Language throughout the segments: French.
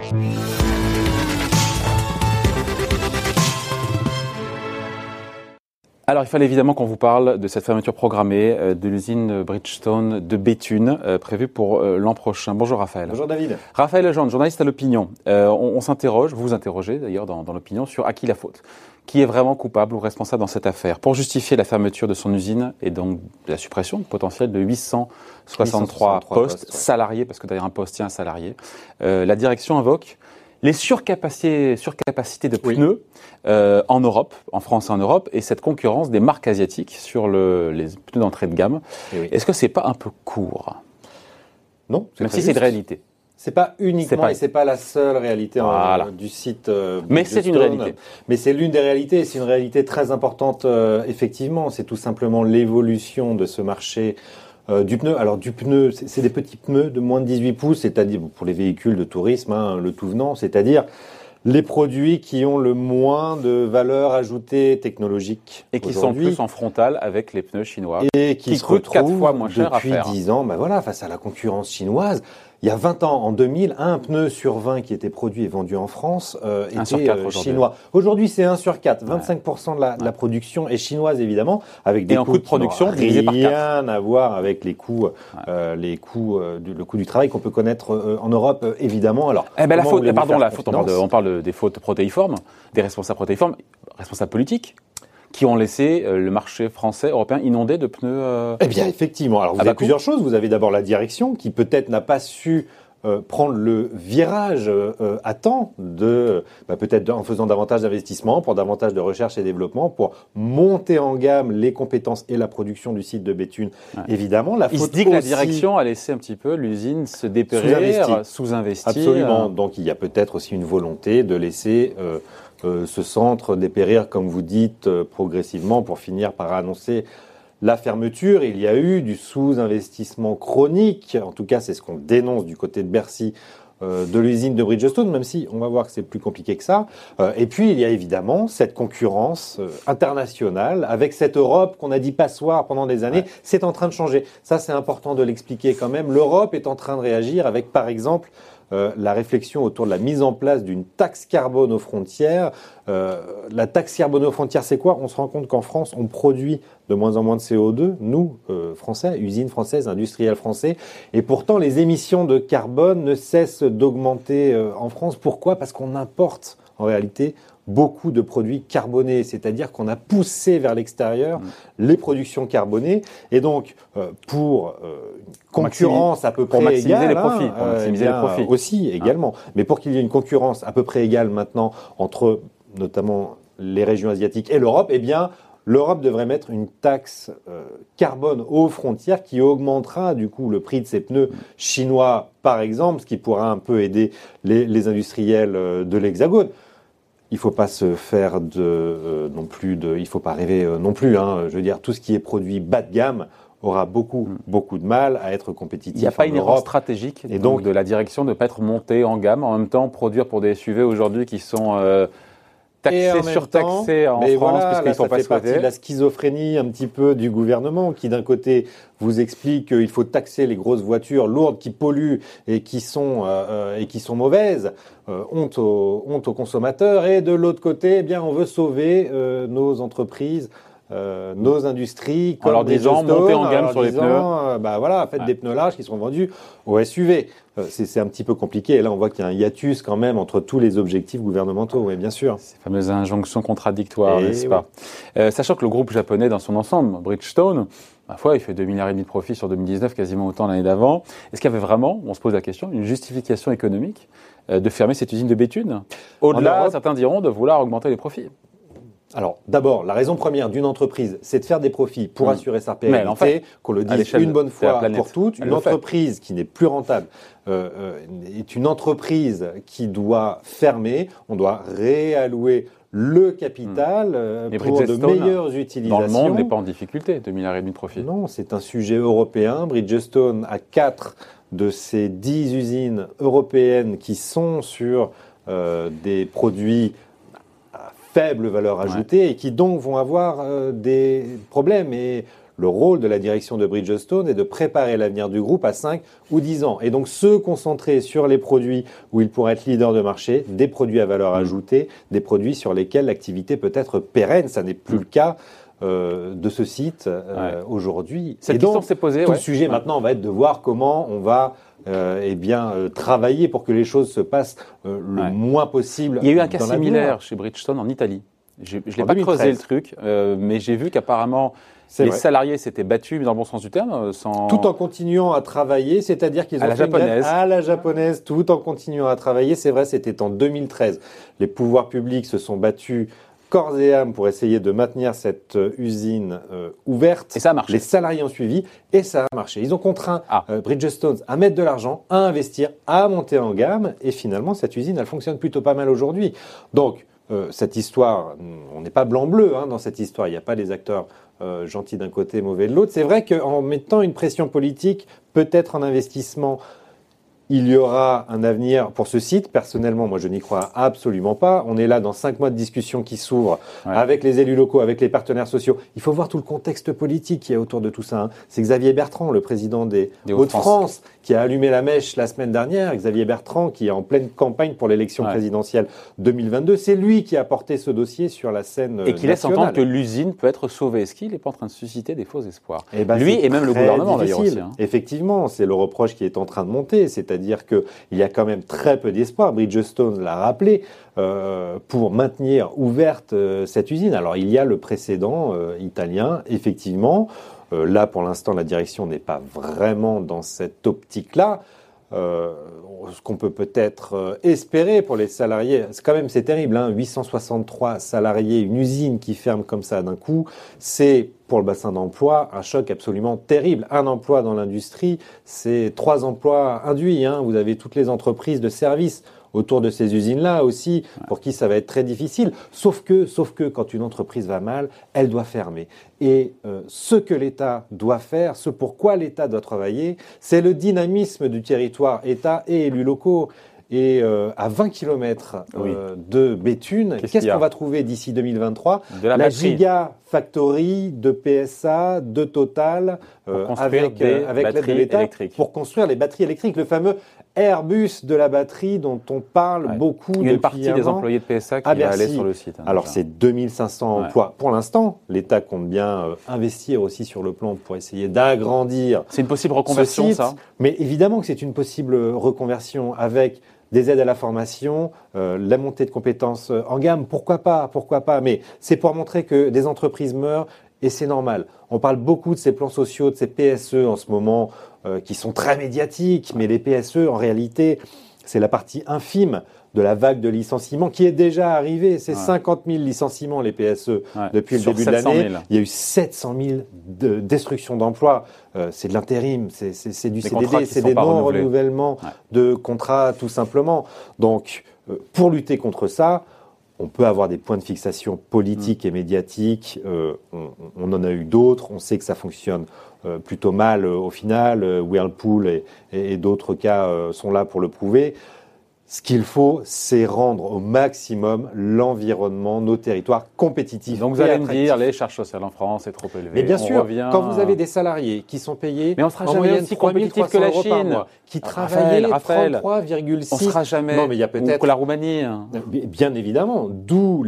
Alors, il fallait évidemment qu'on vous parle de cette fermeture programmée de l'usine Bridgestone de Béthune, prévue pour l'an prochain. Bonjour Raphaël. Bonjour David. Raphaël Legendre, journaliste à l'Opinion. On s'interroge, vous vous interrogez d'ailleurs dans l'Opinion, sur à qui la faute. Qui est vraiment coupable ou responsable dans cette affaire? Pour justifier la fermeture de son usine et donc la suppression potentielle de 863 postes salariés, parce que derrière un poste, il y a un salarié, la direction invoque les surcapacités de pneus en Europe, en France et en Europe, et cette concurrence des marques asiatiques sur les pneus d'entrée de gamme. Oui. Est-ce que c'est pas un peu court? Non, même si c'est une réalité. C'est pas uniquement et c'est pas la seule réalité du site. Mais c'est une réalité. Mais c'est l'une des réalités. C'est une réalité très importante. Effectivement, c'est tout simplement l'évolution de ce marché. Du pneu, alors du pneu, c'est des petits pneus de moins de 18 pouces, c'est-à-dire pour les véhicules de tourisme, le tout venant, c'est-à-dire les produits qui ont le moins de valeur ajoutée technologique. Et qui sont plus en frontal avec les pneus chinois. Et qui se coûtent 4 fois moins cher depuis à faire. 10 ans, face à la concurrence chinoise. Il y a 20 ans, en 2000, un pneu sur 20 qui était produit et vendu en France était chinois. Aujourd'hui, c'est 1 sur 4. 25% de la production est chinoise, évidemment, avec des coûts de production divisé par 4. Rien à voir avec les coûts, le coût du travail qu'on peut connaître en Europe, évidemment. Alors, la faute, on parle des fautes protéiformes, des responsables protéiformes, responsables politiques, qui ont laissé le marché français, européen inondé de pneus. Eh bien, effectivement. Alors, vous avez plusieurs choses. Vous avez d'abord la direction qui peut-être n'a pas su prendre le virage à temps peut-être en faisant davantage d'investissements, pour davantage de recherche et développement, pour monter en gamme les compétences et la production du site de Béthune. Ouais. Évidemment, il se dit que la direction a laissé un petit peu l'usine se dépérir, sous-investir. Absolument. Donc, il y a peut-être aussi une volonté de laisser ce centre dépérir, comme vous dites, progressivement, pour finir par annoncer la fermeture. Il y a eu du sous-investissement chronique, en tout cas c'est ce qu'on dénonce du côté de Bercy, de l'usine de Bridgestone, même si on va voir que c'est plus compliqué que ça. Et puis il y a évidemment cette concurrence internationale avec cette Europe qu'on a dit passoire pendant des années. Ouais. C'est en train de changer. Ça, c'est important de l'expliquer quand même. L'Europe est en train de réagir avec, par exemple, la réflexion autour de la mise en place d'une taxe carbone aux frontières. La taxe carbone aux frontières, c'est quoi? On se rend compte qu'en France, on produit de moins en moins de CO2, nous, Français, usines françaises, industriels français, et pourtant les émissions de carbone ne cessent d'augmenter en France. Pourquoi? Parce qu'on importe en réalité beaucoup de produits carbonés, c'est-à-dire qu'on a poussé vers l'extérieur les productions carbonées, et donc pour concurrence à peu près égale, maximiser les profits aussi également, mais pour qu'il y ait une concurrence à peu près égale maintenant entre notamment les régions asiatiques et l'Europe, eh bien l'Europe devrait mettre une taxe carbone aux frontières qui augmentera du coup le prix de ces pneus chinois par exemple, ce qui pourra un peu aider les industriels de l'Hexagone. Il faut pas se faire il faut pas rêver non plus. Je veux dire, tout ce qui est produit bas de gamme aura beaucoup de mal à être compétitif. Il n'y a pas une erreur stratégique et donc de la direction de ne pas être monté en gamme, en même temps produire pour des SUV aujourd'hui qui sont taxés, surtaxés en France, puisqu'ils ne sont pas exploités. Ça fait partie de la schizophrénie un petit peu du gouvernement qui, d'un côté, vous explique qu'il faut taxer les grosses voitures lourdes qui polluent et qui sont mauvaises, honte aux consommateurs. Et de l'autre côté, eh bien, on veut sauver nos entreprises, nos industries, comme en leur disant monter en gamme sur les pneus. Faites des pneus larges qui seront vendus au SUV. C'est un petit peu compliqué. Et là, on voit qu'il y a un hiatus quand même entre tous les objectifs gouvernementaux, oui, bien sûr. Ces fameuses injonctions contradictoires, n'est-ce pas? Sachant que le groupe japonais dans son ensemble, Bridgestone, ma foi, il fait 2,5 milliards de profit sur 2019, quasiment autant l'année d'avant. Est-ce qu'il y avait vraiment, on se pose la question, une justification économique de fermer cette usine de Béthune? Au-delà, certains diront, de vouloir augmenter les profits. Alors, d'abord, la raison première d'une entreprise, c'est de faire des profits pour assurer sa pérennité, qu'on le dise une bonne fois pour toutes. Une entreprise qui n'est plus rentable est une entreprise qui doit fermer. On doit réallouer le capital pour de meilleures utilisations. Dans le monde n'est pas en difficulté, 2,5 milliards de profit. Non, c'est un sujet européen. Bridgestone a 4 de ces 10 usines européennes qui sont sur des produits faible valeur ajoutée et qui donc vont avoir des problèmes. Et le rôle de la direction de Bridgestone est de préparer l'avenir du groupe à 5 ou 10 ans. Et donc se concentrer sur les produits où il pourrait être leader de marché, des produits à valeur ajoutée, des produits sur lesquels l'activité peut être pérenne. Ça n'est plus le cas de ce site aujourd'hui. Cette question s'est posée. Tout le sujet maintenant va être de voir comment on va travailler pour que les choses se passent le moins possible. Il y a eu un cas similaire chez Bridgestone en Italie. Je ne l'ai pas creusé le truc, mais j'ai vu qu'apparemment les salariés s'étaient battus, mais dans le bon sens du terme, tout en continuant à travailler, c'est-à-dire qu'ils ont fait une grève à la japonaise, tout en continuant à travailler. C'est vrai, c'était en 2013. Les pouvoirs publics se sont battus corps et âme pour essayer de maintenir cette usine ouverte. Et ça a marché. Les salariés ont suivi et ça a marché. Ils ont contraint Bridgestone à mettre de l'argent, à investir, à monter en gamme. Et finalement, cette usine, elle fonctionne plutôt pas mal aujourd'hui. Donc, cette histoire, on n'est pas blanc-bleu dans cette histoire. Il n'y a pas les acteurs gentils d'un côté, mauvais de l'autre. C'est vrai qu'en mettant une pression politique, peut-être en investissement, il y aura un avenir pour ce site. Personnellement, moi, je n'y crois absolument pas. On est là dans 5 mois de discussion qui s'ouvrent avec les élus locaux, avec les partenaires sociaux. Il faut voir tout le contexte politique qui est autour de tout ça. C'est Xavier Bertrand, le président des Hauts-de-France, qui a allumé la mèche la semaine dernière. Xavier Bertrand, qui est en pleine campagne pour l'élection présidentielle 2022. C'est lui qui a porté ce dossier sur la scène nationale. Et qui laisse entendre que l'usine peut être sauvée. Est-ce qu'il n'est pas en train de susciter des faux espoirs ? Lui et même le gouvernement, d'ailleurs, aussi. Effectivement, c'est le reproche qui est en train de monter. C'est-à-dire qu'il y a quand même très peu d'espoir. Bridgestone l'a rappelé pour maintenir ouverte cette usine. Alors, il y a le précédent italien, effectivement. Là, pour l'instant, la direction n'est pas vraiment dans cette optique-là. Ce qu'on peut peut-être espérer pour les salariés, c'est terrible, 863 salariés, une usine qui ferme comme ça d'un coup, c'est pour le bassin d'emploi un choc absolument terrible. Un emploi dans l'industrie, c'est 3 emplois induits. Vous avez toutes les entreprises de services autour de ces usines-là aussi, pour qui ça va être très difficile. Sauf que quand une entreprise va mal, elle doit fermer. Et ce que l'État doit faire, ce pourquoi l'État doit travailler, c'est le dynamisme du territoire, État et élus locaux. Et à 20 km de Béthune, qu'est-ce qu'on va trouver d'ici 2023 ? La gigafactory de PSA, de Total, avec l'aide de l'État, pour construire les batteries électriques. Le fameux Airbus de la batterie dont on parle beaucoup depuis un an. Il y a une partie des employés de PSA qui va aller sur le site. Alors, c'est 2500 emplois. Pour l'instant, l'État compte bien investir aussi sur le plan pour essayer d'agrandir. C'est une possible reconversion, ça ? Mais évidemment que c'est une possible reconversion avec des aides à la formation, la montée de compétences en gamme. Pourquoi pas ? Mais c'est pour montrer que des entreprises meurent. Et c'est normal. On parle beaucoup de ces plans sociaux, de ces PSE en ce moment, qui sont très médiatiques. Mais les PSE, en réalité, c'est la partie infime de la vague de licenciements qui est déjà arrivée. C'est 50 000 licenciements, les PSE, depuis le début de l'année. Il y a eu 700 000 destructions d'emplois. C'est de l'intérim, c'est du CDD, c'est des non-renouvellements de contrats, tout simplement. Donc, pour lutter contre ça, on peut avoir des points de fixation politiques et médiatiques. On en a eu d'autres. On sait que ça fonctionne plutôt mal au final. Whirlpool et d'autres cas sont là pour le prouver. Ce qu'il faut, c'est rendre au maximum l'environnement, nos territoires compétitifs. Donc vous allez me dire, les charges sociales en France, c'est trop élevé. Mais bien sûr, quand vous avez des salariés qui sont payés mais on sera jamais aussi compétitif que la Chine, qui travaillent 33,6. On sera jamais. Non, mais il y a peut-être. Ou que la Roumanie. Bien évidemment. D'où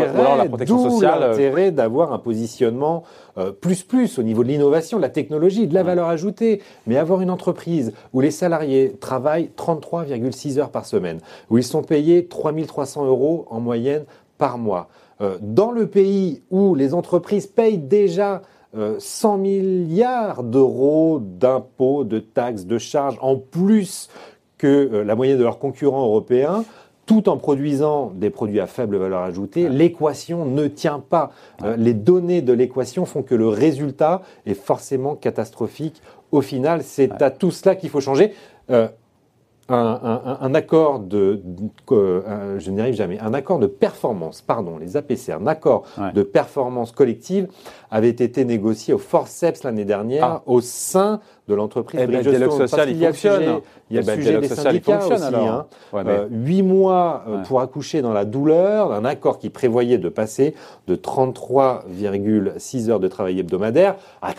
l'intérêt d'avoir un positionnement plus au niveau de l'innovation, de la technologie, de la valeur ajoutée. Mais avoir une entreprise où les salariés travaillent 33,6 heures par semaine, où ils sont payés 3 300 € en moyenne par mois. Dans le pays où les entreprises payent déjà 100 milliards d'euros d'impôts, de taxes, de charges, en plus que la moyenne de leurs concurrents européens, tout en produisant des produits à faible valeur ajoutée, l'équation ne tient pas. Les données de l'équation font que le résultat est forcément catastrophique. Au final, c'est à tout cela qu'il faut changer. un accord je n'y arrive jamais, un accord de performance, pardon, les APC, un accord de performance collective avait été négocié au forceps l'année dernière au sein de l'entreprise Bridgestone. Le dialogue social, il fonctionne. Il y a le sujet des syndicats aussi. 8 mois pour accoucher dans la douleur, un accord qui prévoyait de passer de 33,6 heures de travail hebdomadaire à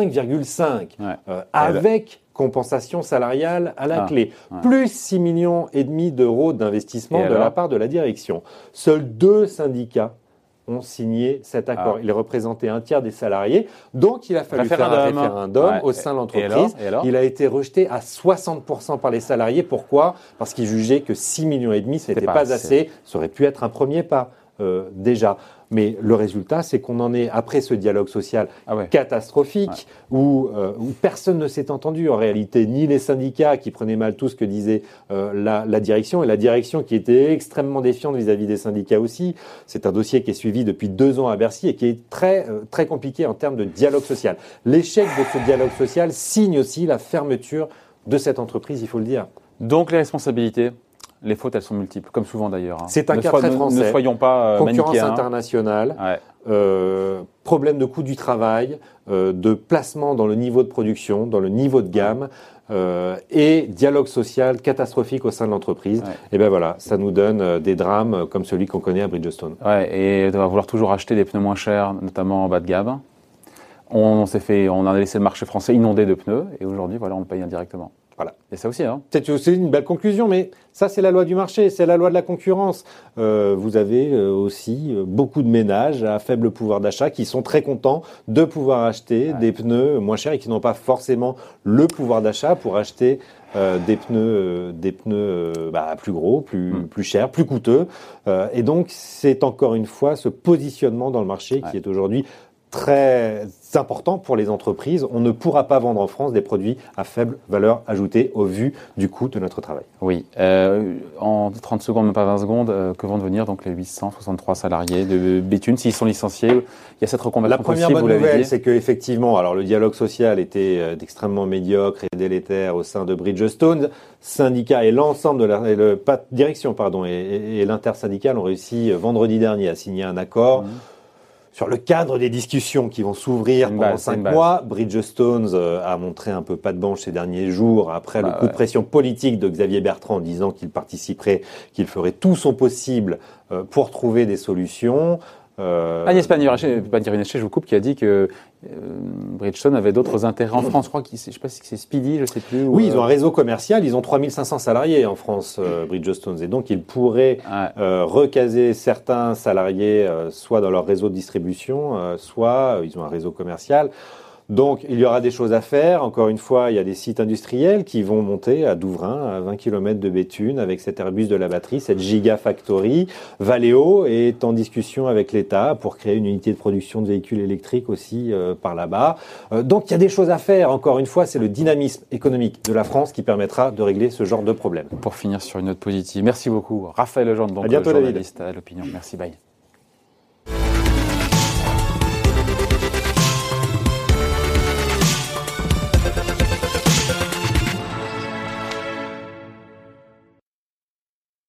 35,5 avec compensation salariale à la clé, plus 6,5 millions d'euros d'investissement de la part de la direction. Seuls 2 syndicats ont signé cet accord. Il représentait un tiers des salariés, donc il a fallu faire un référendum au sein de l'entreprise. Et alors il a été rejeté à 60% par les salariés. Pourquoi ? Parce qu'ils jugeaient que 6,5 millions, ce n'était pas assez. Ça aurait pu être un premier pas déjà. Mais le résultat, c'est qu'on en est, après ce dialogue social catastrophique, où personne ne s'est entendu en réalité, ni les syndicats qui prenaient mal tout ce que disait la direction, et la direction qui était extrêmement défiante vis-à-vis des syndicats aussi. C'est un dossier qui est suivi depuis 2 ans à Bercy et qui est très compliqué en termes de dialogue social. L'échec de ce dialogue social signe aussi la fermeture de cette entreprise, il faut le dire. Donc les responsabilités, les fautes, elles sont multiples, comme souvent d'ailleurs. C'est un cas très français. Ne soyons pas concurrence manichéens. Internationale, problème de coût du travail, de placement dans le niveau de production, dans le niveau de gamme, et dialogue social catastrophique au sein de l'entreprise. Et ben voilà, ça nous donne des drames comme celui qu'on connaît à Bridgestone. Et de vouloir toujours acheter des pneus moins chers, notamment en bas de gamme. On a laissé le marché français inondé de pneus, et aujourd'hui, voilà, on le paye indirectement. Voilà. Et ça aussi, hein. C'est aussi une belle conclusion, mais ça, c'est la loi du marché, c'est la loi de la concurrence. Vous avez aussi beaucoup de ménages à faible pouvoir d'achat qui sont très contents de pouvoir acheter des pneus moins chers et qui n'ont pas forcément le pouvoir d'achat pour acheter des pneus plus gros, plus chers, plus coûteux. Et donc, c'est encore une fois ce positionnement dans le marché qui est aujourd'hui très important pour les entreprises. On ne pourra pas vendre en France des produits à faible valeur ajoutée au vu du coût de notre travail. Oui. En 30 secondes, même pas 20 secondes, que vont devenir donc les 863 salariés de Béthune s'ils sont licenciés? Il y a cette reconversion possible. La première bonne nouvelle, c'est qu'effectivement, alors le dialogue social était extrêmement médiocre et délétère au sein de Bridgestone. Syndicats et l'ensemble de direction et l'intersyndicale ont réussi vendredi dernier à signer un accord. Sur le cadre des discussions qui vont s'ouvrir pendant 5 mois, Bridgestone a montré un peu patte blanche ces derniers jours après le coup de pression politique de Xavier Bertrand disant qu'il participerait, qu'il ferait tout son possible pour trouver des solutions. Agnès Pannier-Runacher, je vous coupe, qui a dit que Bridgestone avait d'autres intérêts en France. Je crois je sais pas si c'est Speedy, je sais plus. Oui, ils ont un réseau commercial, ils ont 3500 salariés en France, Bridgestone, et donc ils pourraient recaser certains salariés soit dans leur réseau de distribution, soit ils ont un réseau commercial. Donc, il y aura des choses à faire. Encore une fois, il y a des sites industriels qui vont monter à Douvrin, à 20 km de Béthune, avec cet Airbus de la batterie, cette Gigafactory. Valeo est en discussion avec l'État pour créer une unité de production de véhicules électriques aussi par là-bas. Donc, il y a des choses à faire. Encore une fois, c'est le dynamisme économique de la France qui permettra de régler ce genre de problème. Pour finir sur une note positive, merci beaucoup. Raphaël Legendre, donc à bientôt, journaliste à l'Opinion. Merci, bye.